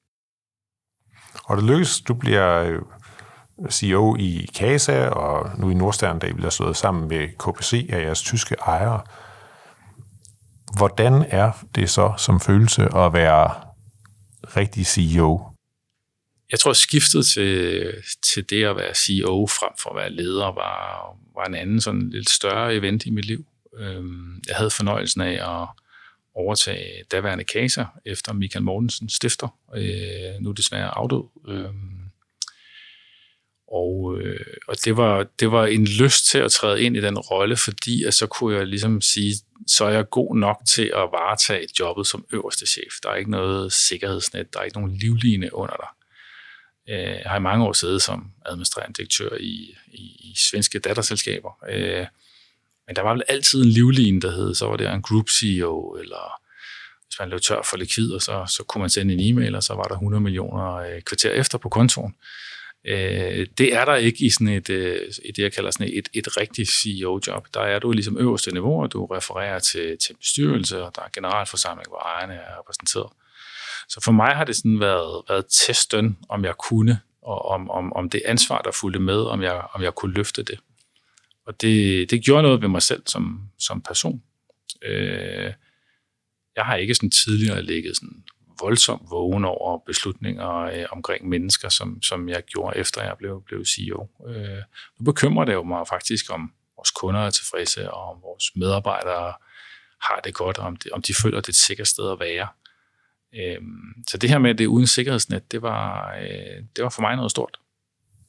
S1: Og det lykkes, du bliver C E O i Casa, og nu i Nordstern, der bliver slået sammen med K P C af jeres tyske ejere. Hvordan er det så som følelse at være rigtig C E O?
S2: Jeg tror, skiftet til, til det at være C E O frem for at være leder var, var en anden sådan lidt større event i mit liv. Jeg havde fornøjelsen af at overtage daværende Casa efter Michael Mortensen stifter, nu desværre afdød. Og, øh, og det, var, det var en lyst til at træde ind i den rolle, fordi at så kunne jeg ligesom sige, så er jeg god nok til at varetage jobbet som øverste chef. Der er ikke noget sikkerhedsnet, der er ikke nogen livline under dig. Jeg har i mange år siddet som administrerende direktør i, i, i svenske datterselskaber, men der var vel altid en livline, der hed, så var det en group C E O, eller hvis man løb tør for likvider, så, så kunne man sende en e-mail, og så var der hundrede millioner kvarter efter på kontoen. Det er der ikke i sådan et, i det, jeg kalder sådan et, et rigtigt C E O-job. Der er du ligesom øverste niveau, og du refererer til, til bestyrelse, og der er generalforsamling, hvor ejerne er repræsenteret. Så for mig har det sådan været, været testen, om jeg kunne, og om, om, om det ansvar, der fulgte med, om jeg, om jeg kunne løfte det. Og det, det gjorde noget ved mig selv som, som person. Øh, jeg har ikke sådan tidligere ligget sådan voldsomt vågen over beslutninger øh, omkring mennesker, som, som jeg gjorde, efter jeg blev, blev C E O. Øh, nu bekymrer det jo mig faktisk, om vores kunder er tilfredse, og om vores medarbejdere har det godt, og om, det, om de føler, det er et sikkert sted at være. Øh, så det her med det uden sikkerhedsnet, det var, øh, det var for mig noget stort.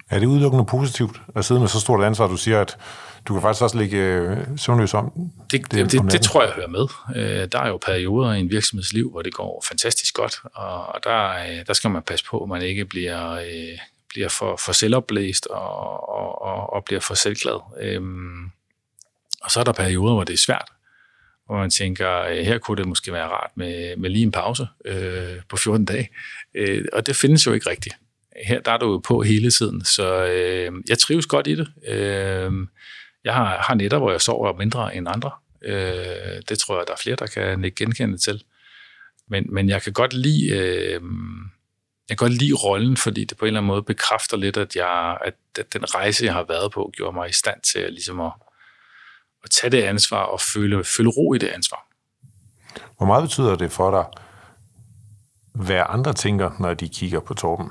S1: Er det udelukkende positivt at sidde med så stort ansvar, du siger, at du kan faktisk også ligge øh, søvnløs om?
S2: Det, det, det, det tror jeg hører med. Øh, der er jo perioder i en virksomheds liv, hvor det går fantastisk godt, og, og der, øh, der skal man passe på, at man ikke bliver, øh, bliver for, for selvopblæst og, og, og, og bliver for selvglad. Øh, og så er der perioder, hvor det er svært, hvor man tænker, øh, her kunne det måske være rart med, med lige en pause øh, på fjorten dage. Øh, og det findes jo ikke rigtigt. Her der er du jo på hele tiden, så øh, jeg trives godt i det. Øh, jeg har, har nætter, hvor jeg sover mindre end andre. Øh, det tror jeg, der er flere, der kan ikke genkende til. Men, men jeg kan godt lide, øh, jeg kan godt lide rollen, fordi det på en eller anden måde bekræfter lidt, at, jeg, at, at den rejse, jeg har været på, gjorde mig i stand til at, ligesom at, at tage det ansvar og føle, føle ro i det ansvar.
S1: Hvor meget betyder det for dig, hvad andre tænker, når de kigger på Torben?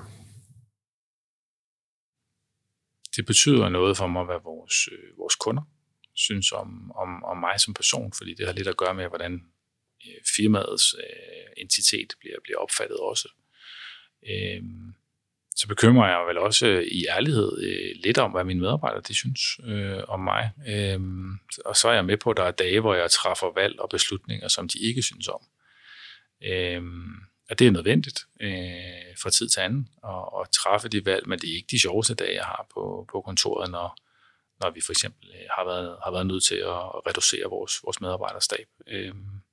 S2: Det betyder noget for mig, hvad vores, øh, vores kunder synes om, om, om mig som person, fordi det har lidt at gøre med, hvordan øh, firmaets øh, entitet bliver, bliver opfattet også. Øh, så bekymrer jeg vel også øh, i ærlighed øh, lidt om, hvad mine medarbejdere de synes øh, om mig. Øh, og så er jeg med på, at der er dage, hvor jeg træffer valg og beslutninger, som de ikke synes om. Øh, Og det er nødvendigt øh, fra tid til anden at, at træffe de valg, men det er ikke de sjoveste dage, jeg har på, på kontoret, når, når vi for eksempel har været, har været nødt til at reducere vores, vores medarbejderstab. Øh,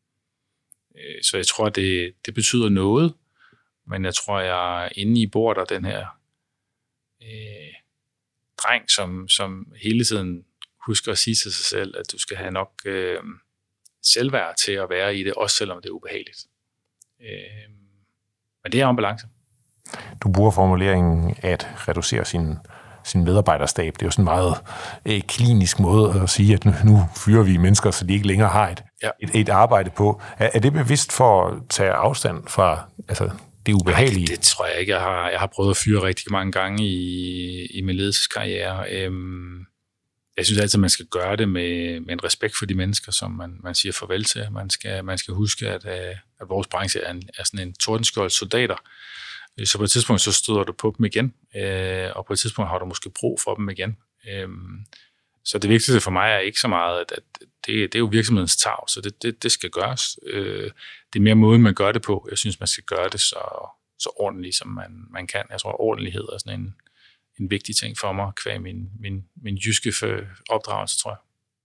S2: øh, så jeg tror, det, det betyder noget, men jeg tror, jeg inde i bordet er den her øh, dreng, som, som hele tiden husker at sige til sig selv, at du skal have nok øh, selvværd til at være i det, også selvom det er ubehageligt. Øh, Men det er en balance.
S1: Du bruger formuleringen at reducere sin, sin medarbejderstab. Det er jo sådan en meget øh, klinisk måde at sige, at nu, nu fyrer vi mennesker, så de ikke længere har et, ja. et, et arbejde på. Er, er det bevidst for at tage afstand fra altså, det ubehagelige?
S2: Nej, det, det tror jeg ikke. Jeg har, jeg har prøvet at fyre rigtig mange gange i, i min ledelseskarriere. Øhm, jeg synes altid, at man skal gøre det med, med en respekt for de mennesker, som man, man siger farvel til. Man skal, man skal huske, at, at vores branche er, en, er sådan en tordenskjold soldater. Så på et tidspunkt, så støder du på dem igen, og på et tidspunkt har du måske brug for dem igen. Så det vigtigste for mig er ikke så meget, at, at det, det er jo virksomhedens tarv, så det, det, det skal gøres. Det er mere måden, man gør det på. Jeg synes, man skal gøre det så, så ordentligt, som man, man kan. Jeg tror, ordentlighed er sådan en en vigtig ting for mig, kvæg min, min, min jyske opdragelse, tror jeg.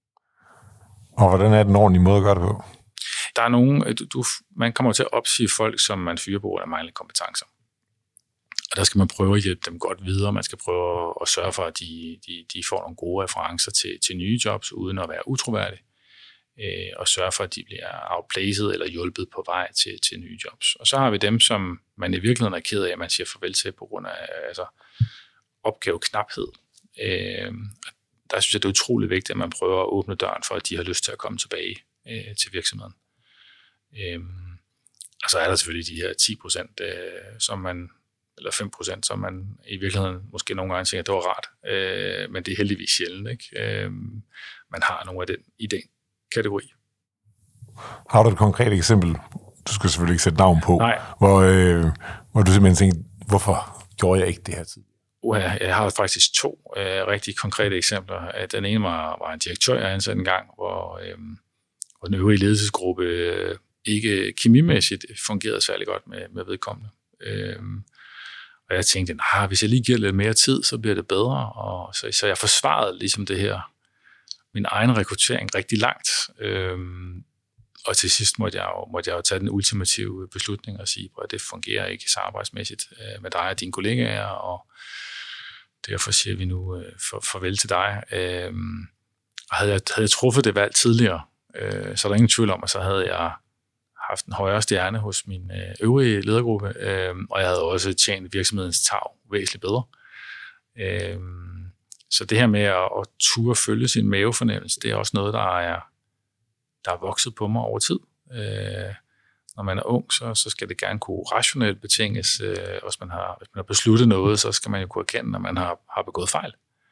S1: Og hvordan er den ordentlige måde at gøre det på?
S2: Der er nogen, du, du, man kommer til at opsige folk, som man fyrer på, der mangler kompetencer. Og der skal man prøve at hjælpe dem godt videre. Man skal prøve at sørge for, at de, de, de får nogle gode referencer til, til nye jobs, uden at være utroværdige. Øh, og sørge for, at de bliver outplaced eller hjulpet på vej til, til nye jobs. Og så har vi dem, som man i virkeligheden er ked af, at man siger farvel til på grund af altså, opgaveknaphed. Øh, der synes jeg, det er utroligt vigtigt, at man prøver at åbne døren for, at de har lyst til at komme tilbage øh, til virksomheden. Øh, og så er der selvfølgelig de her ti procent, øh, som man, eller fem procent, som man i virkeligheden måske nogle gange tænker, det var rart, øh, men det er heldigvis sjældent, ikke? Øh, man har nogle af den i den kategori.
S1: Har du et konkret eksempel, du skal selvfølgelig ikke sætte navn på,
S2: Nej.
S1: Hvor, øh, hvor du simpelthen tænkte, hvorfor gjorde jeg ikke det her tid?
S2: Jeg har faktisk to øh, rigtig konkrete eksempler. Den ene var, var en direktør, jeg ansatte en gang, hvor, øh, hvor den øvrige ledelsesgruppe øh, ikke kemimæssigt fungerede særlig godt med, med vedkommende. Øh, og jeg tænkte, nej, hvis jeg lige giver lidt mere tid, så bliver det bedre. Og så, så jeg forsvarede ligesom det her, min egen rekruttering rigtig langt. Øh, og til sidst måtte jeg, jo, måtte jeg jo tage den ultimative beslutning og sige, at det fungerer ikke samarbejdsmæssigt øh, med dig og dine kollegaer, og derfor siger vi nu øh, for, farvel til dig. Øh, og havde jeg, havde jeg truffet det valg tidligere, øh, så er der ingen tvivl om, at så havde jeg haft en højere stjerne hos min øh, øvrige ledergruppe, øh, og jeg havde også tjent virksomhedens tarv væsentligt bedre. Øh, så det her med at, at turde følge sin mavefornemmelse, det er også noget, der er, der er vokset på mig over tid. Øh, når man er ung, så, så skal det gerne kunne rationelt betinges. Øh, hvis, man har, hvis man har besluttet noget, så skal man jo kunne erkende, at man har, har begået fejl.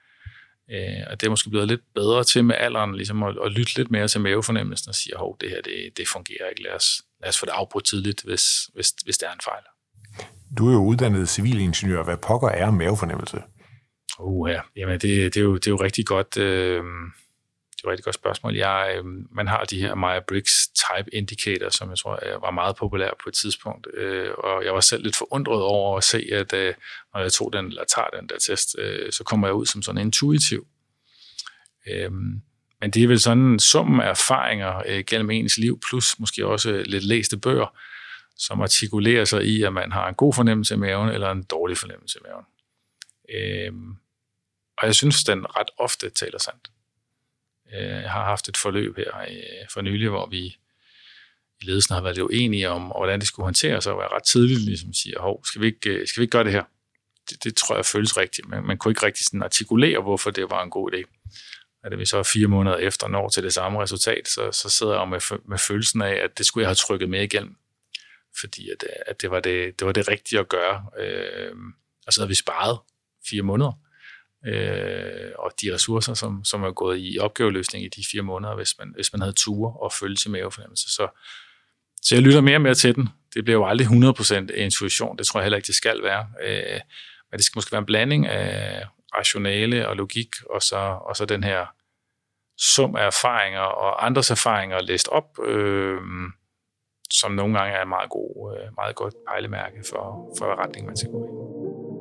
S2: Øh, og det er måske blevet lidt bedre til med alderen, ligesom at, at lytte lidt mere til mavefornemmelsen og sige, hov, det her, det, det fungerer ikke. Lad os, lad os få det afbrudt tidligt, hvis, hvis, hvis det er en fejl.
S1: Du er jo uddannet civilingeniør. Hvad pokker er mavefornemmelse?
S2: Uh, ja. Jamen, det, det, er jo, det er jo rigtig godt. Øh, det er jo rigtig godt spørgsmål. Jeg, øh, man har de her Myers-Briggs Type Indicator, som jeg tror jeg var meget populær på et tidspunkt. Øh, og jeg var selv lidt forundret over at se, at øh, når jeg tog den, eller tager den der test, øh, så kommer jeg ud som sådan intuitiv. Øh, men det er vel sådan en sum af erfaringer øh, gennem ens liv, plus måske også lidt læste bøger, som artikulerer sig i, at man har en god fornemmelse i maven, eller en dårlig fornemmelse i maven. Øh, og jeg synes, den ret ofte taler sandt. Jeg har haft et forløb her for nylig, hvor vi i ledelsen har været lidt uenige om, hvordan det skulle håndteres, og jeg ret tidligt ligesom siger, hov, skal vi ikke, skal vi ikke gøre det her? Det, det tror jeg føles rigtigt, men man kunne ikke rigtig sådan artikulere, hvorfor det var en god idé. Og da vi så fire måneder efter når til det samme resultat, så, så sidder jeg med, med følelsen af, at det skulle jeg have trykket med igennem, fordi at, at det, var det, det var det rigtige at gøre. Øh, og så havde vi sparet fire måneder. Øh, og de ressourcer, som, som er gået i opgaveløsning i de fire måneder, hvis man, hvis man havde ture og følge til mavefornemmelse. Så, så jeg lytter mere og mere til den. Det bliver jo aldrig hundrede procent intuition. Det tror jeg heller ikke, det skal være. Øh, men det skal måske være en blanding af rationale og logik, og så, og så den her sum af erfaringer og andres erfaringer læst op, øh, som nogle gange er en meget, god, meget godt pejlemærke for, for hvad retning man skal gå i.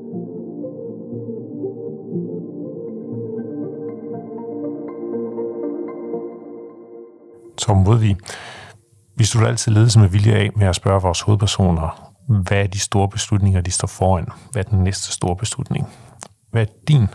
S1: Torben Rødvig, vi slutter altid ledelse med vilje af med at spørge vores hovedpersoner, hvad er de store beslutninger, de står foran? Hvad er den næste store beslutning? Hvad er din?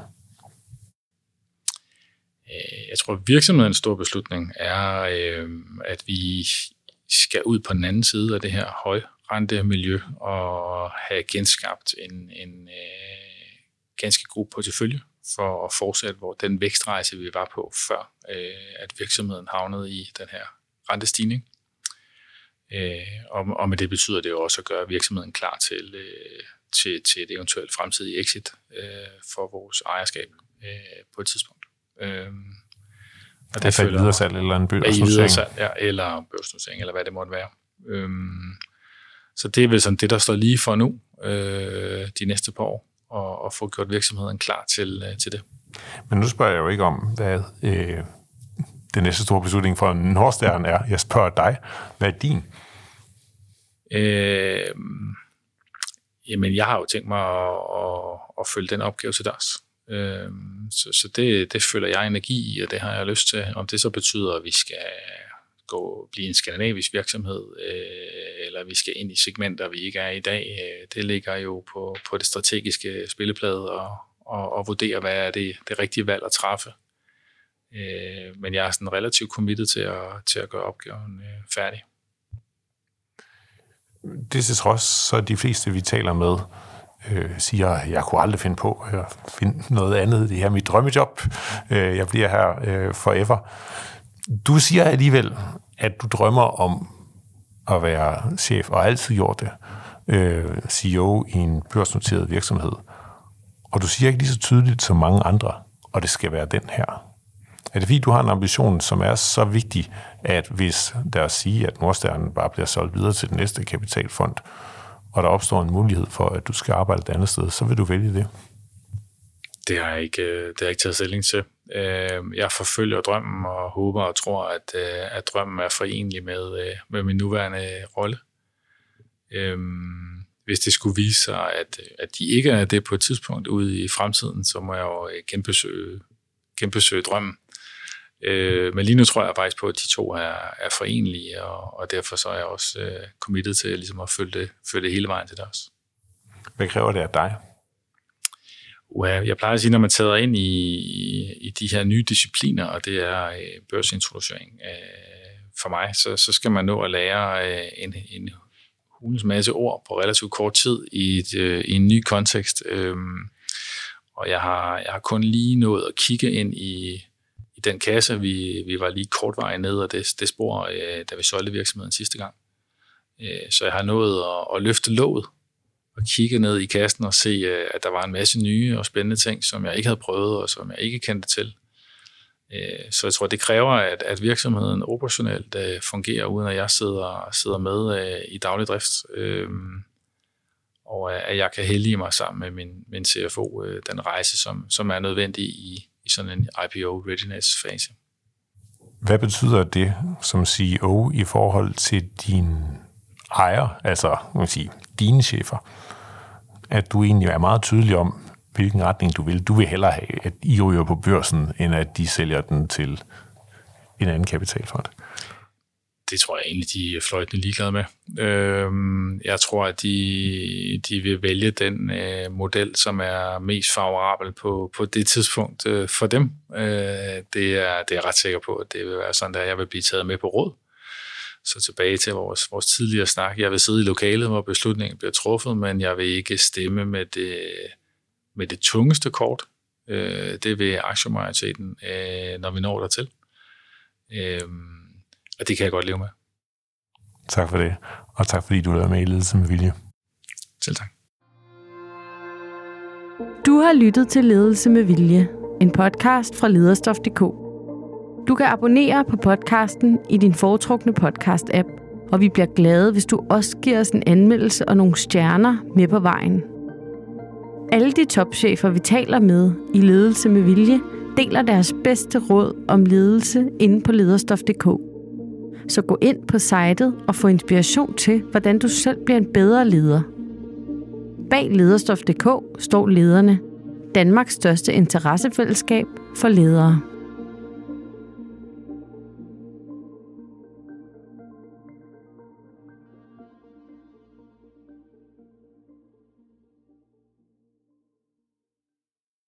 S2: Jeg tror, at virksomhedens store beslutning er, at vi skal ud på den anden side af det her højrente miljø og have genskabt en, en ganske god portefølje for at fortsætte hvor den vækstrejse, vi var på før, øh, at virksomheden havnede i den her rentestigning. Øh, og, og med det betyder det jo også at gøre virksomheden klar til, øh, til, til et eventuelt fremtidigt exit øh, for vores ejerskab øh, på et tidspunkt. Øh, og
S1: det følger videresalg eller en børsnotering.
S2: Ja, eller børsnotering, eller hvad det måtte være. Øh, så det er vel sådan det, der står lige for nu, øh, de næste par år. Og, og få gjort virksomheden klar til, øh, til det.
S1: Men nu spørger jeg jo ikke om, hvad øh, den næste store beslutning for Nordstern er. Jeg spørger dig, hvad er din?
S2: Øh, jamen, jeg har jo tænkt mig at, at, at følge den opgave til dørs. Øh, så så det, det føler jeg energi i, og det har jeg lyst til. Om det så betyder, at vi skal gå blive en skandinavisk virksomhed, øh, eller vi skal ind i segmenter, vi ikke er i dag. Øh, det ligger jo på, på det strategiske spilleplade og, og, og vurdere, hvad er det, det rigtige valg at træffe. Øh, men jeg er sådan relativt committed til at, til at gøre opgaven øh, færdig.
S1: Det til trods, så de fleste, vi taler med, øh, siger, at jeg kunne aldrig finde på at finde noget andet. Det her er mit drømmejob. Øh, jeg bliver her øh, forever. Du siger alligevel, at du drømmer om at være chef, og altid gjort det, øh, C E O i en børsnoteret virksomhed. Og du siger ikke lige så tydeligt som mange andre, og det skal være den her. Er det fordi, du har en ambition, som er så vigtig, at hvis der at sige, at Nordstjernen bare bliver solgt videre til den næste kapitalfond, og der opstår en mulighed for, at du skal arbejde et andet sted, så vil du vælge det?
S2: Det har jeg ikke, det har jeg ikke taget stilling til. Jeg forfølger drømmen og håber og tror, at, at drømmen er forenlig med, med min nuværende rolle. Hvis det skulle vise sig, at, at de ikke er det på et tidspunkt ude i fremtiden, så må jeg jo genbesøge, genbesøge drømmen. Men lige nu tror jeg faktisk på, at de to er, er forenlige, og, og derfor så er jeg også committed til ligesom at følge det, følge det hele vejen til deres.
S1: Hvad kræver det af dig?
S2: Jeg plejer at sige, når man tager ind i, i de her nye discipliner, og det er børsintroduktion for mig, så, så skal man nå at lære en, en hulens masse ord på relativt kort tid i, et, i en ny kontekst. Og jeg har, jeg har kun lige nået at kigge ind i, i den kasse, vi, vi var lige kortveje ned af det, det spor, da vi solgte virksomheden sidste gang. Så jeg har nået at, at løfte låget og kigge ned i kassen og se, at der var en masse nye og spændende ting, som jeg ikke havde prøvet, og som jeg ikke kendte til. Så jeg tror, det kræver, at, at virksomheden operationelt fungerer, uden at jeg sidder, sidder med i daglig drift. og at jeg kan hellige mig sammen med min, min C F O øh, den rejse, som, som er nødvendig i, i sådan en I P O readiness-fase.
S1: Hvad betyder det som C E O i forhold til din ejer, altså man sige, dine chefer, at du egentlig er meget tydelig om, hvilken retning du vil. Du vil hellere have, at I ryger på børsen, end at de sælger den til en anden kapitalfond.
S2: Det tror jeg egentlig, de er fløjtende ligeglade med. Øhm, jeg tror, at de, de vil vælge den øh, model, som er mest favorabel på, på det tidspunkt øh, for dem. Øh, det, er, det er jeg ret sikker på, at det vil være sådan, at jeg vil blive taget med på råd. Så tilbage til vores, vores tidligere snak. Jeg vil sidde i lokalet, hvor beslutningen bliver truffet, men jeg vil ikke stemme med det, med det tungeste kort. Øh, det vil aktiemajoriteten, øh, når vi når dertil. Øh, Og det kan jeg godt leve med.
S1: Tak for det. Og tak fordi du lavede med i Ledelse med Vilje.
S2: Selv tak.
S3: Du har lyttet til Ledelse med Vilje, en podcast fra lederstof punktum d k. Du kan abonnere på podcasten i din foretrukne podcast-app, og vi bliver glade, hvis du også giver os en anmeldelse og nogle stjerner med på vejen. Alle de topchefer, vi taler med i Ledelse med Vilje, deler deres bedste råd om ledelse inde på lederstof punktum d k. Så gå ind på sitet og få inspiration til, hvordan du selv bliver en bedre leder. Bag lederstof punktum d k står Lederne, Danmarks største interessefællesskab for ledere.